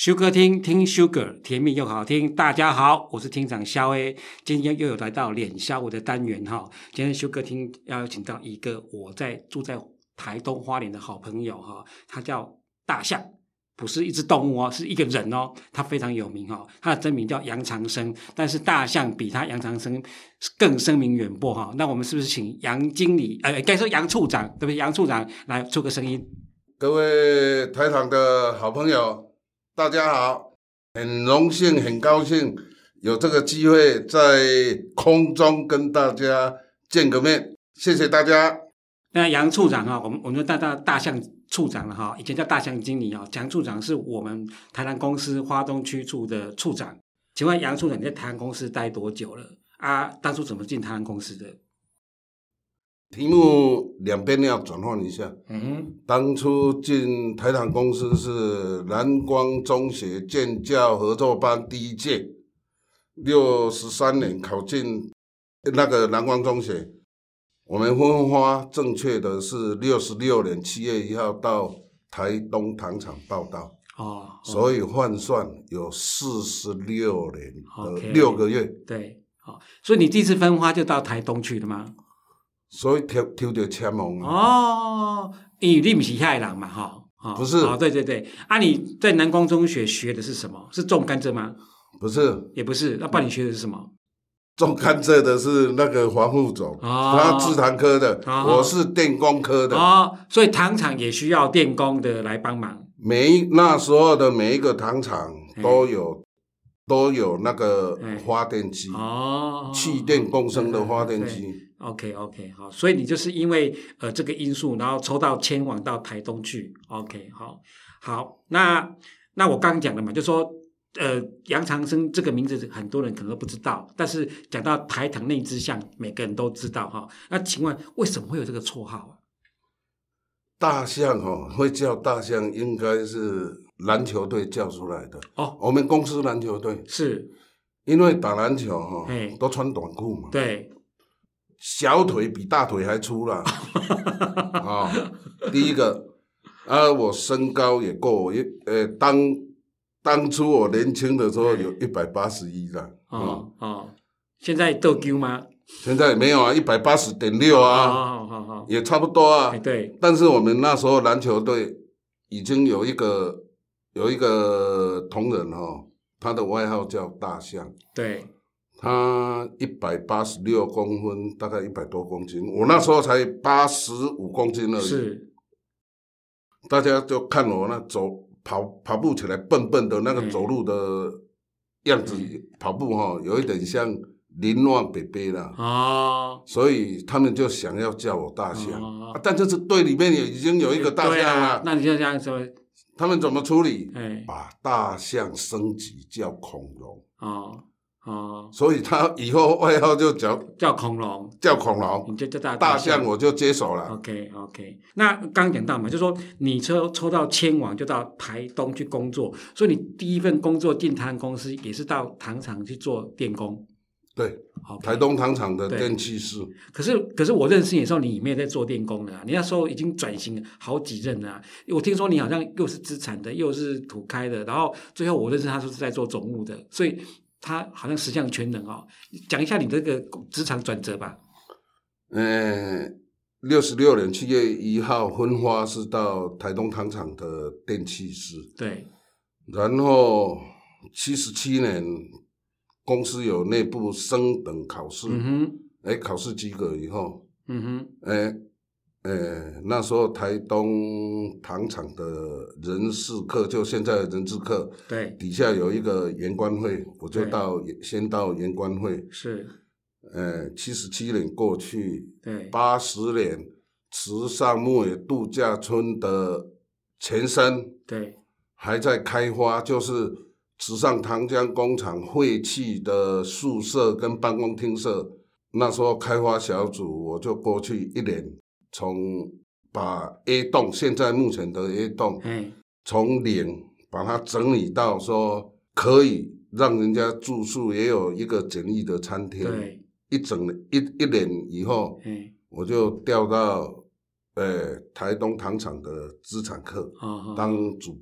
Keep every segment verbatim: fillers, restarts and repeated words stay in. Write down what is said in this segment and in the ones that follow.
Sugar 听听 Sugar 甜蜜又好听。大家好，我是厅长肖 A， 今天又有来到脸肖我的单元哈。今天 Sugar 听邀请到一个我在住在台东花莲的好朋友哈，他叫大象，不是一只动物哦，是一个人哦，他非常有名哦，他的真名叫杨长生，但是大象比他杨长生更声名远播哈。那我们是不是请杨经理，呃，该说杨处长，对不对？杨处长来做个声音。 各位台糖的好朋友，大家好，很荣幸很高兴有这个机会在空中跟大家见个面，谢谢大家。 那杨处长哈，我们我们大大大象处长了哈，以前叫大象经理啊，杨处长是我们台糖公司花东区处的处长。请问杨处长你在台糖公司待多久了啊？当初怎么进台糖公司的？ 题目两边要转换一下。 嗯， 当初进台糖公司是蓝光中学建教合作班第一届，六十三年考进那个蓝光中学。我们分发正确的是六十六年七月一号到台东糖厂报到。 哦， 所以换算有四十六年的 okay, 六个月。 对，好，所以你第一次分发就到台东去了吗？ 所以抽抽到签盟啊。 哦，因为你不是那人嘛，哈、哦， 不是， 哦，对对对，啊，你在南光中学学的是什么？是种甘蔗吗？ 不是， 也不是，那不然你学的是什么？ 种甘蔗的是那个黄副总，哦、他制糖科的，哦、我是电工科的。 哦，所以糖厂也需要电工的来帮忙。 每那时候的每一个糖厂都有。都有那个发电机，哦，气电共生的发电机。 OK OK 好，所以你就是因为呃这个因素，然后抽到迁往到台东去。OK 好，好，那那我刚刚讲了嘛，就说呃杨长生这个名字很多人可能都不知道，但是讲到台糖那支象，每个人都知道哈。那请问为什么会有这个绰号啊？ 大象哦，会叫大象，应该是篮球队叫出来的哦。我们公司篮球队是， 因为打篮球哈、哦，都穿短裤嘛， 对， 小腿比大腿还粗啦。啊、哦，第一个啊，我身高也够，也呃，当当初我年轻的时候有一百八十一啦。 哦、嗯、哦，现在斗丢吗？ 现在没有啊，一百八十点六啊， 好好好， 也差不多啊。 对， 但是我们那时候篮球队已经有一个有一个同仁哈、哦，他的外号叫大象。 对， 他一百八十六公分，大概一百多公斤。我那时候才八十五公斤而已。是，大家就看我那走跑跑步起来笨笨的那个走路的样子，嗯、跑步哈、哦，有一点像。林旺北北啦，哦，所以他们就想要叫我大象，哦啊、但就是队里面也已经有一个大象了、 啊。那你就这样说， 他们怎么处理？把大象升级叫恐龙。哦哦，所以他以后外号就叫叫恐龙， 叫恐龙， 你就叫大大象，我就接手了。 OK OK， 那刚刚讲到嘛，就说你抽抽到迁往就到台东去工作，所以你第一份工作进糖公司也是到糖厂去做电工。 对， okay, 台东糖厂的电气室。 可是，可是我认识你的时候，你没有在做电工的、啊，你那时候已经转型好几任了、啊。我听说你好像又是资产的，又是土开的，然后最后我认识他是在做总务的，所以他好像十项全能哦。讲一下你这个职场转折吧。 呃，六十六年七月一号分发是到台东糖厂的电气室。对，然后七十七年。公司有内部升等考试，嗯哼，哎，考试及格以后，嗯哼，哎，哎，那时候台东糖厂的人事课，就现在的人事课，对，底下有一个员官会，我就到先到员官会，是，呃，七十七年过去，对，八十年池上牧野度假村的前身，对，还在开发，就是。池上糖浆工厂废弃的宿舍跟办公厅舍，那时候开发小组我就过去一年，从把 A 栋现在目前的 A 栋，从零把它整理到说可以让人家住宿，也有一个简易的餐厅。对，一整一一年以后，我就调到呃台东糖厂的资产课、哦、当主办。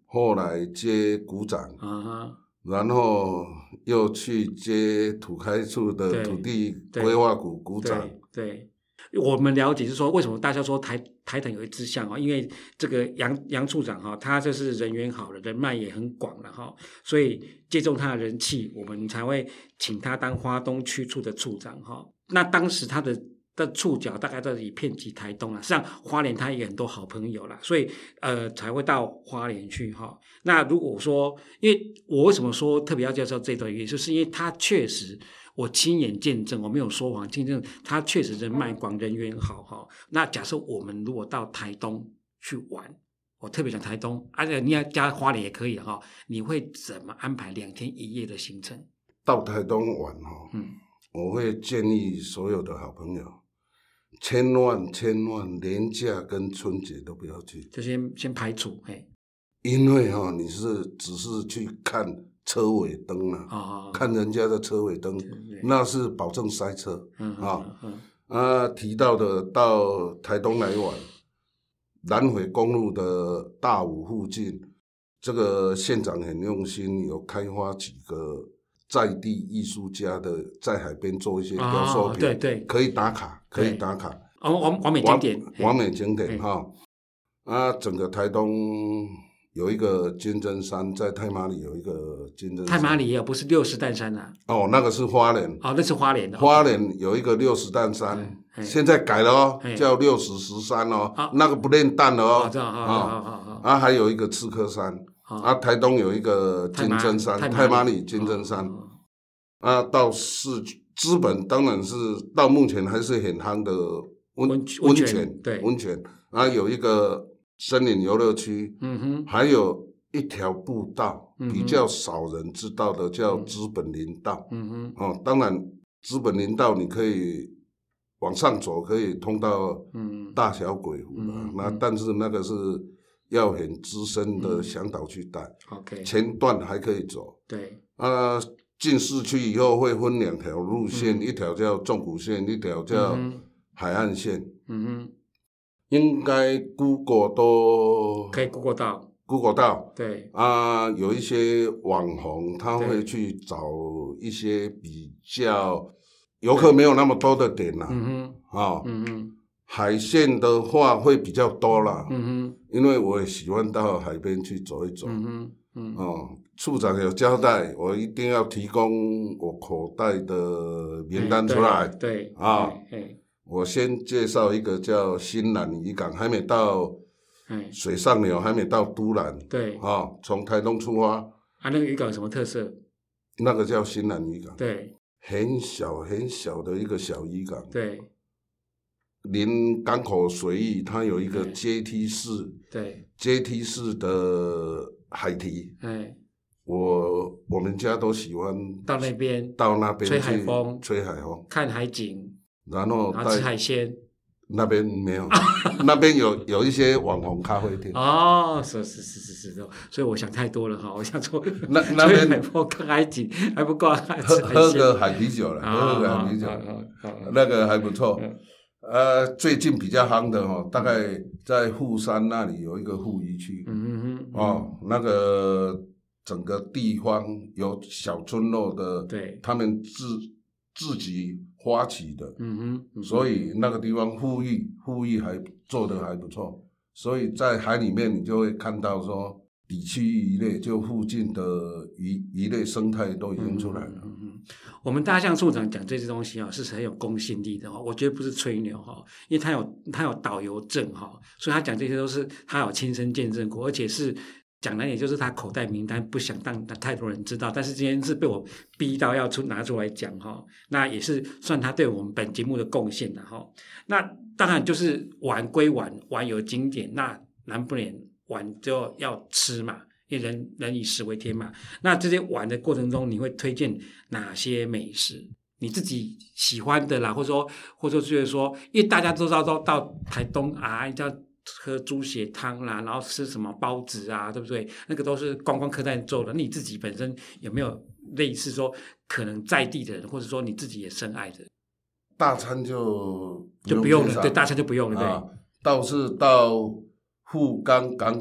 后来接股长， 啊、 然后又去接土开处的土地规划股股长。 对，对我们了解是说，为什么大家说台台糖有一支象啊？因为这个杨杨处长哈，他就是人缘好了，人脉也很广了哈，所以借重他的人气，我们才会请他当花东区处的处长哈。那当时他的的触角大概都以遍及台东啦，实际上花莲他也有很多好朋友啦，所以呃才会到花莲去哈。那如果说，因为我为什么说特别要介绍这段原因，就是因为他确实我亲眼见证，我没有说谎，见证他确实人脉广，人缘好哈。那假设我们如果到台东去玩，我特别讲台东，而且你要加花莲也可以哈，你会怎么安排两天一夜的行程？ 到台东玩哈，嗯，我会建议所有的好朋友。千万千万连假跟春节都不要去， 就先先排除，嘿， 因为哈、哦，你是只是去看车尾灯啊，哦、看人家的车尾灯，那是保证塞车，嗯啊、嗯嗯、啊，提到的到台东来玩，南回公路的大武附近，这个县长很用心，有开发几个在地艺术家的在海边做一些雕塑品，哦、 对对， 可以打卡，可以打卡。 哦，完完美景点， 完美景点哈。啊，整个台东有一个金针山，在太麻里有一个金针山。 太麻里也有，不是六十担山啊。 哦，那个是花莲。 哦，那是花莲的。 花莲有一个六十担山，现在改了哦，叫六十石山哦。那个不炼蛋了哦。 这样啊啊啊！还有一个刺客山。啊，台东有一个金针山，太麻里金针山。啊，到市资本当然是到目前还是很夯的温温泉， 对温泉。啊，有一个森林游乐区，嗯哼，还有一条步道，嗯、比较少人知道的叫资本林道，嗯哼，哦，当然资本林道你可以往上走，可以通到大小鬼湖了，嗯、那但是那个是要很资深的向导去带，嗯、，OK， 前段还可以走， 对， 啊。进市区以后会分两条路线，嗯、一条叫纵谷线，一条叫海岸线。嗯哼，应该 Google 都可以 Google 到 ，Google 到。 对啊，有一些网红他会去找一些比较游客没有那么多的点啦。嗯哼，啊、哦，嗯哼，海线的话会比较多啦。嗯哼，因为我也喜欢到海边去走一走。嗯哼。嗯哦，处长有交代，我一定要提供我口袋的名单出来。 对，对啊，我先介绍一个叫新兰渔港，还没到水上流，还没到都兰。 对， 啊，从台东出发。 啊，那个渔港有什么特色？ 那个叫新兰渔港。 对， 很小很小的一个小渔港。 对， 临港口水域，它有一个阶梯式。 对， 阶梯式的。海堤，哎，我我们家都喜欢到那边， 到那边吹海风， 吹海风， 看海景， 然后然后吃海鲜。 那边没有，那边有有一些网红咖啡店。 哦，是是是是是，所以我想太多了哈，我想说那那边吹海风看海景还不够， 喝喝个海啤酒了，喝个海啤酒，那个还不错。呃，最近比较夯的哦，大概在富山那里有一个富渔区，嗯哼哼，哦，那个整个地方有小村落的，对，他们自自己发起的，嗯哼，嗯哼，所以那个地方富裕，富裕还做得还不错，所以在海里面你就会看到说，底栖鱼类就附近的鱼鱼类生态都已经出来了。嗯嗯嗯，我们大象处长讲这些东西啊，是很有公信力的哈。我觉得不是吹牛哈，因为他有他有导游证哈，所以他讲这些都是他有亲身见证过，而且是讲来也就是他口袋名单，不想让太多人知道。但是今天是被我逼到要出拿出来讲哈，那也是算他对我们本节目的贡献的哈。那当然就是玩归玩，玩有经典，那难不免玩就要吃嘛。因为人人以食为天嘛，那这些玩的过程中，你会推荐哪些美食？你自己喜欢的啦，或者说，或者说觉得说，因为大家都知道到到台东啊，要喝猪血汤啦，然后吃什么包子啊，对不对？那个都是观光客在做的。你自己本身有没有类似说，可能在地的人，或者说你自己也深爱的？ 大餐就就不用了，对，大餐就不用了，对。 啊、倒是到富冈港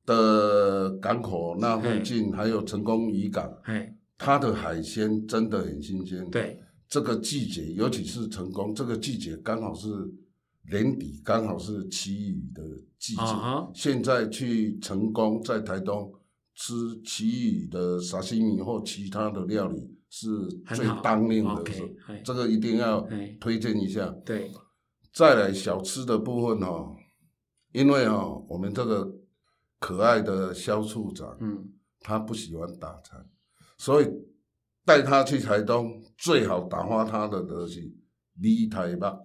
的港口那附近，还有成功渔港，它的海鲜真的很新鲜。 对， 这个季节，尤其是成功这个季节，刚好是年底，刚好是旗鱼的季节。Uh-huh. 现在去成功，在台东吃旗鱼的沙西米或其他的料理是最当令的时候， okay. 这个一定要推荐一下。 对， 再来小吃的部分哦，因为哦，我们这个可爱的肖处长，嗯，他不喜欢打餐，所以带他去台东，最好打发他的就是米台肉。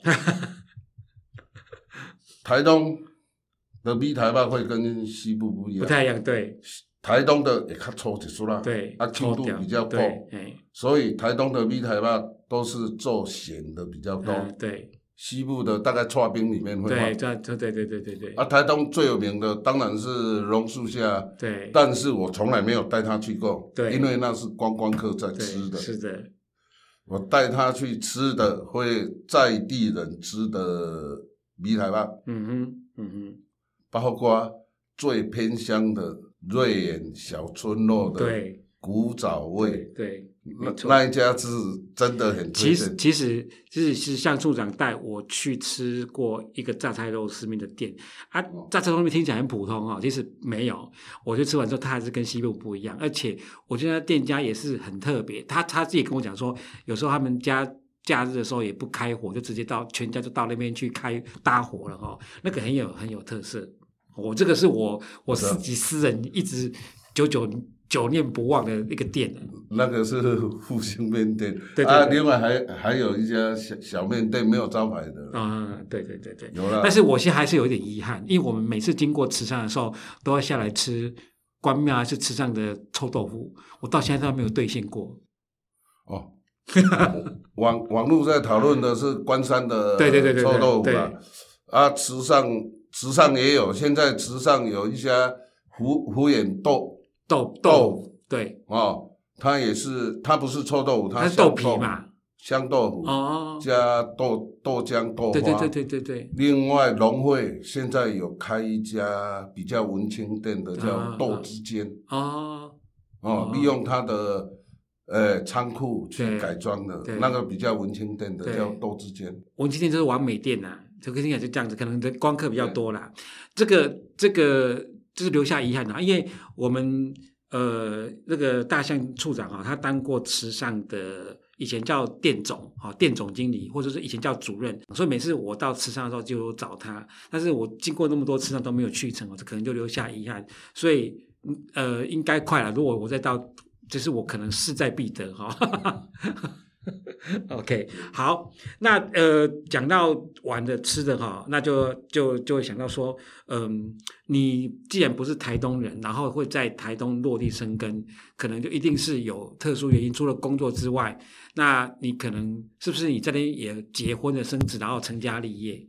台东的米台肉会跟西部不一样， 不太一样，对。 台东的会较粗一chút啦， 对， 啊，轻度比较够，所以台东的米台肉都是做咸的比较多， 嗯、对。 西部的大概刨冰里面会放， 对，对对对对对对。 啊，台东最有名的当然是榕树下， 对， 但是我从来没有带他去过， 对， 因为那是观光客在吃的， 是的。 我带他去吃的会在地人吃的米台肉， 嗯哼，嗯哼， 包括最偏乡的瑞园小村落的古早味， 对， 那那一家是真的很推荐。 其实其实其实是像处长带我去吃过一个榨菜肉丝面的店啊，榨菜肉丝面听起来很普通哦，其实没有。我去吃完之后，它还是跟西部不一样，而且我觉得店家也是很特别。他他自己跟我讲说，有时候他们家假日的时候也不开火，就直接到全家就到那边去开搭伙了哦，那个很有很有特色。我、哦、这个是我我自己私人一直久久久念不忘的一个店。 那个是复兴面店， 对对对啊，另外还还有一家小小面店没有招牌的。 啊，对对对对， 有啦。 但是我现在还是有一点遗憾，因为我们每次经过池上的时候，都要下来吃关庙还是池上的臭豆腐，我到现在都没有兑现过。 哦，网网络在讨论的是关山的对对对对臭豆腐啦，啊，池上池上也有，现在池上有一家福福眼豆豆豆腐，对哦，它也是，它不是臭豆腐，它是豆皮嘛， 香豆腐哦， 加豆豆浆豆花， 对对对对对对。 另外农会现在有开一家比较文青店的，叫豆之间， 哦哦，利用它的呃仓库去改装的，那个比较文青店的叫豆之间。 文青店就是完美店呐、啊，这个听起来就这样子，可能的光客比较多啦。这个这个就是留下遗憾啦，因为我们呃那个大象处长啊，他当过池上的以前叫店总啊，店总经理，或者是以前叫主任，所以每次我到池上的时候就有找他，但是我经过那么多池上都没有去成，这可能就留下遗憾，所以呃应该快了。如果我再到，就是我可能势在必得哈。OK， 好，那呃，讲到玩的吃的哈，那就就就会想到说，嗯，你既然不是台东人，然后会在台东落地生根，可能就一定是有特殊原因，除了工作之外，那你可能是不是你这边也结婚了、生子，然后成家立业？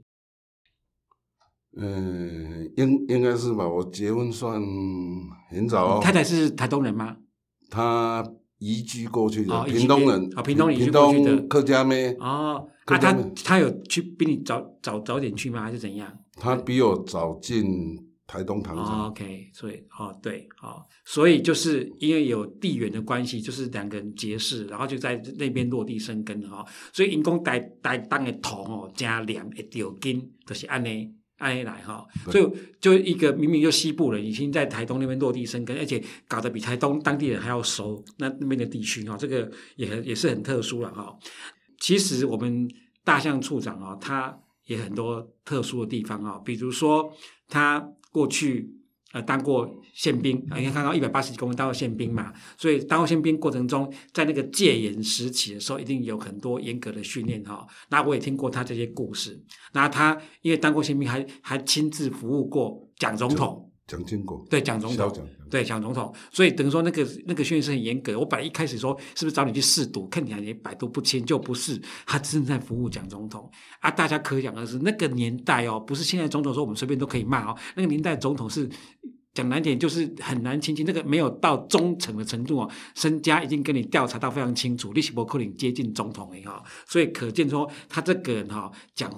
嗯，应应该是吧，我结婚算很早哦。 太太是台东人吗？ 他移居过去的， 哦、 屏东人， 哦，屏东移居过去的客家妹。 哦，啊，他他有去比你早早早点去吗？还是怎样？ 他比我早进台东糖厂。 哦、OK， 所以哦对哦，所以就是因为有地缘的关系，就是两个人结识，然后就在那边落地生根哈、哦。所以因讲台台东的土哦，加凉会掉根，就是安尼。安尼来哈，所以就一个明明就西部人，已经在台东那边落地生根，而且搞得比台东当地人还要熟，那那边的地区哈，这个也很也是很特殊了哈。其实我们大象处长啊，他也很多特殊的地方啊，比如说他过去呃当过宪兵，你看看到一百八十几公分当过宪兵嘛，所以当过宪兵过程中，在那个戒严时期的时候，一定有很多严格的训练哈。那我也听过他这些故事。那他因为当过宪兵还，还还亲自服务过蒋总统， 蒋经国， 对蒋总统，对蒋总统，所以等于说那个那个训练是很严格的。我本来一开始说是不是找你去试毒，看起来也百毒不侵，就不是，他正在服务蒋总统啊。大家可想而知，那个年代哦，不是现在总统说我们随便都可以骂哦，那个年代总统是。讲难点就是很难亲近，那个没有到忠诚的程度哦，身家已经跟你调查到非常清楚，你是不可能接近总统的哈，所以可见说他这个人哈讲话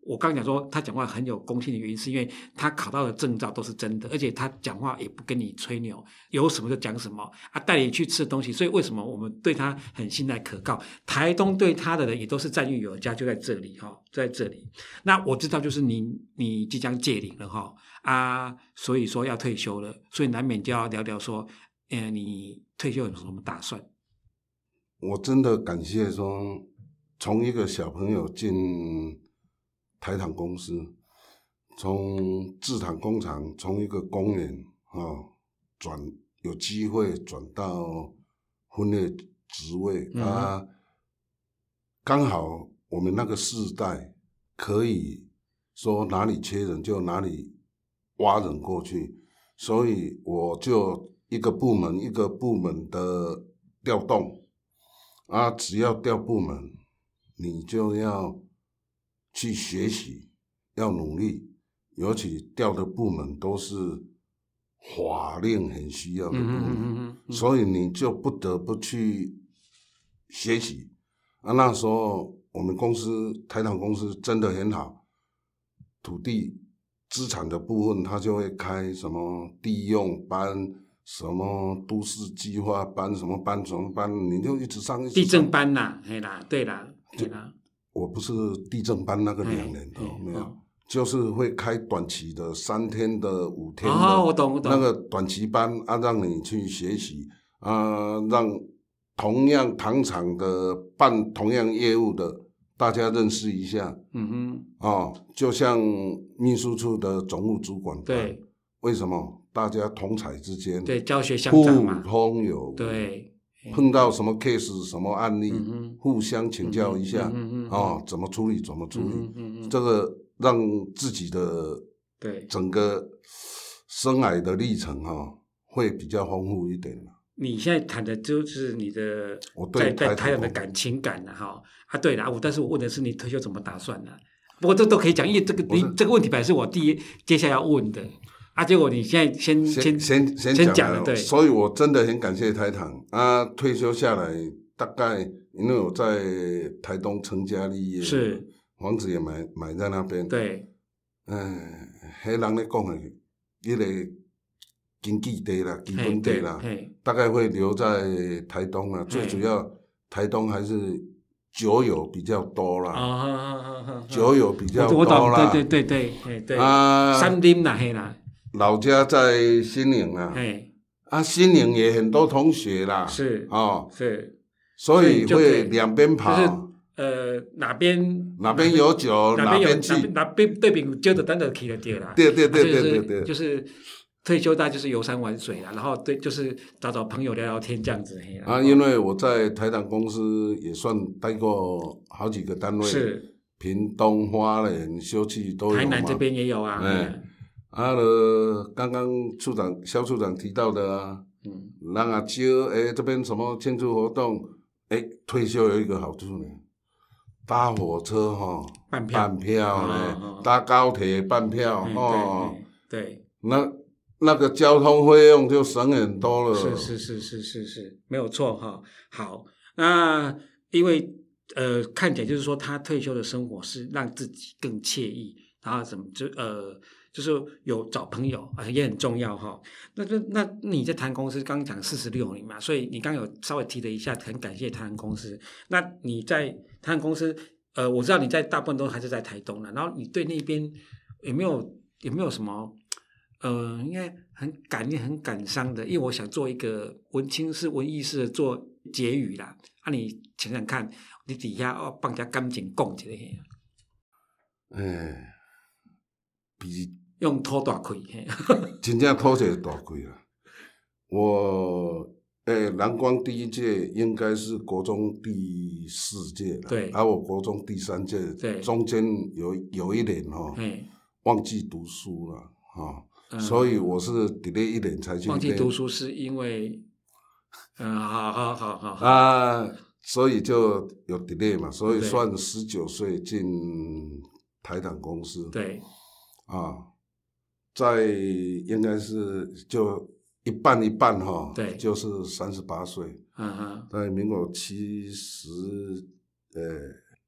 我刚讲说他讲话很有公信的原因，是因为他考到的证照都是真的，而且他讲话也不跟你吹牛，有什么就讲什么啊，带你去吃的东西，所以为什么我们对他很信赖可靠？台东对他的人也都是赞誉有加，就在这里哈，在这里。那我知道就是你你即将届龄了哈啊，所以说要退休了，所以难免就要聊聊说，呃，你退休有什么打算？ 我真的感谢说，从一个小朋友进台糖公司，从制糖工厂，从一个工人啊，转有机会转到分类职位、嗯、啊，刚好我们那个世代可以说哪里缺人就哪里挖人过去，所以我就一个部门一个部门的调动啊，只要调部门，你就要去学习，要努力，尤其调的部门都是法令很需要的部门，嗯嗯嗯嗯，所以你就不得不去学习啊。那时候我们公司台糖公司真的很好，土地资产的部分，他就会开什么地用班、什么都市计划班、什么班、什么班，你就一直上。一直上地政班啦，嘿啦，对啦，对啦。 我不是地政班那个两年的，没有，就是会开短期的三天的、五天的， 哦，我懂我懂。 那个短期班啊，让你去学习啊，让同样糖厂的办同样业务的大家认识一下。嗯哼，哦，就像秘书处的总务主管班，对，为什么大家同侪之间， 对，教学相长嘛， 互通有无， 对。 碰到什么 case 什么案例、嗯、互相请教一下、嗯嗯、哦，怎么处理怎么处理、嗯嗯嗯、这个让自己的对整个生涯的历程、哦、会比较丰富一点。 你现在谈的就是你的在在台湾的感情感了、啊、哈啊，对了，但是我问的是你退休怎么打算呢、啊？不过这都可以讲，因为这个你这个问题本来是我第一接下来要问的。啊，结果你现在先先先先先讲了，对， 所以我真的很感谢台糖啊。退休下来，大概因为我在台东成家立业， 是房子也买买在那边， 对， 嗯，迄人咧讲的，那个经济地啦、基本地啦，大概会留在台东啊。最主要台东还是酒友比较多啦，啊啊啊啊，酒友比较多啦， 对对对对对啊，山林啦，嘿啦。 老家在新营啊，啊，新营也很多同学啦， 是哦， 是， 所以会两边跑， 就是呃哪边哪边有酒哪边去， 哪边对面酒的等等去就对啦， 对对对对对对， 就是退休大概就是游山玩水啦，然后对就是找找朋友聊聊天这样子。 啊，因为我在台糖公司也算待过好几个单位， 是屏东、花莲、休憩都有嘛， 台南这边也有啊， 哎。啊，了，刚刚处长肖处长提到的啊，嗯，人啊少，诶，这边什么庆祝活动，诶，退休有一个好处呢，搭火车哈、哦， 半票， 半票呢，哦哦、搭高铁半票嗯、 哦， 对，对那那个交通费用就省很多了， 是是是是是是，没有错哈、哦。好，那因为呃，看起来就是说他退休的生活是让自己更惬意，然后怎么就呃。就是有找朋友啊，也很重要哈。那那那你在台糖公司刚讲四十六年嘛，所以你刚有稍微提了一下，很感谢台糖公司。那你在台糖公司，呃，我知道你在大部分都还是在台东了，然后你对那边有没有有没有什么呃，应该很感念、很感伤的？因为我想做一个文青式、文艺式的做结语啦。啊，你想想看，你底下哦帮人家感情讲一下。 嗯，比。 用拖大开， 真正拖一个大开啦！我诶，蓝光第一届应该是国中第四届了， 对， 而、啊、我国中第三届， 对， 中间有有一年哈、哦，忘记读书了哈、哦嗯，所以我是 delay 一年才去。 忘记读书是因为，嗯，好好好好啊，所以就有 delay 嘛，所以算十九岁进台糖公司， 对， 啊。在应该是就一半一半哈， 对， 就是三十八岁。嗯哼，在民国七十呃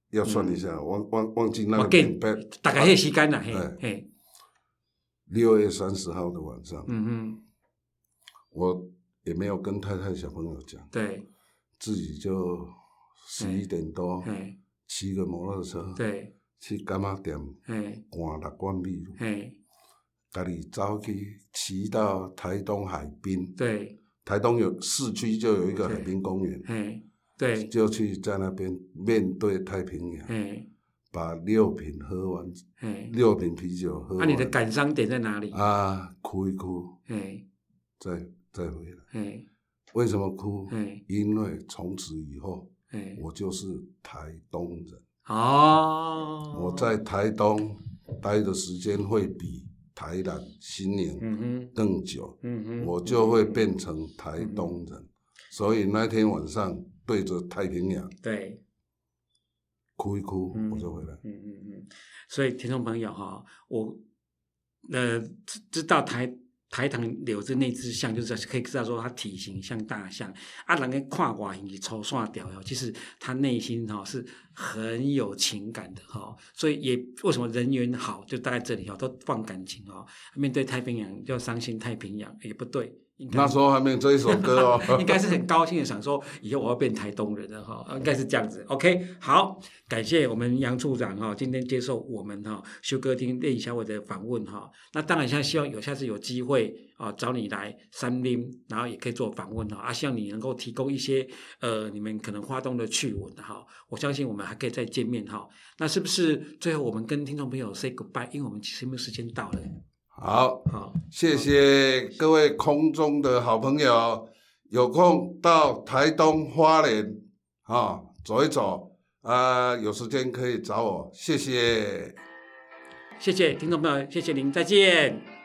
要算一下，嗯、忘忘忘记那个年代， 大概那时间啦，嘿，嘿， 六月三十号的晚上， 嗯哼， 我也没有跟太太小朋友讲， 对， 自己就十一点多，骑个摩托车， 对， 去柑仔店，赶六罐米路，家己走去骑到台东海滨， 对， 台东有市区就有一个海滨公园， 对， 就去在那边面对太平洋，把六瓶喝完，六瓶啤酒喝完。那、 啊、你的感伤点在哪里？ 啊，哭一哭，再再回来。为什么哭？因为从此以后，我就是台东人。 哦， 我在台东待的时间会比台南、新营更久，嗯嗯、我就会变成台东人。嗯、所以那天晚上对着太平洋， 对。 哭一哭， 嗯、 我就回来。 嗯嗯嗯，所以听众朋友哈，我呃知道台台糖柳枝那只象，就是可以知道说它体型像大象，啊，人家看外形是粗线条哦，其实他内心哈、哦、是很有情感的哈、哦，所以也为什么人缘好，就大概这里哈、哦、都放感情哦，面对太平洋就伤心太平洋也不对。 那时候还没有这一首歌哦， 应该是很高兴的想说，以后我要变台东人了哈，应该是这样子。OK， 好，感谢我们杨处长哈，今天接受我们哈修歌厅练小伟的访问哈。那当然，现在希望有下次有机会啊，找你来三林，然后也可以做访问哈。啊，希望你能够提供一些呃你们可能花东的趣闻哈。我相信我们还可以再见面哈。那是不是最后我们跟听众朋友 say goodbye？ 因为我们节目时间到了。 好，好，谢谢各位空中的好朋友，有空到台东花莲啊走一走啊，有时间可以找我，谢谢， 谢谢听众朋友，谢谢您，再见。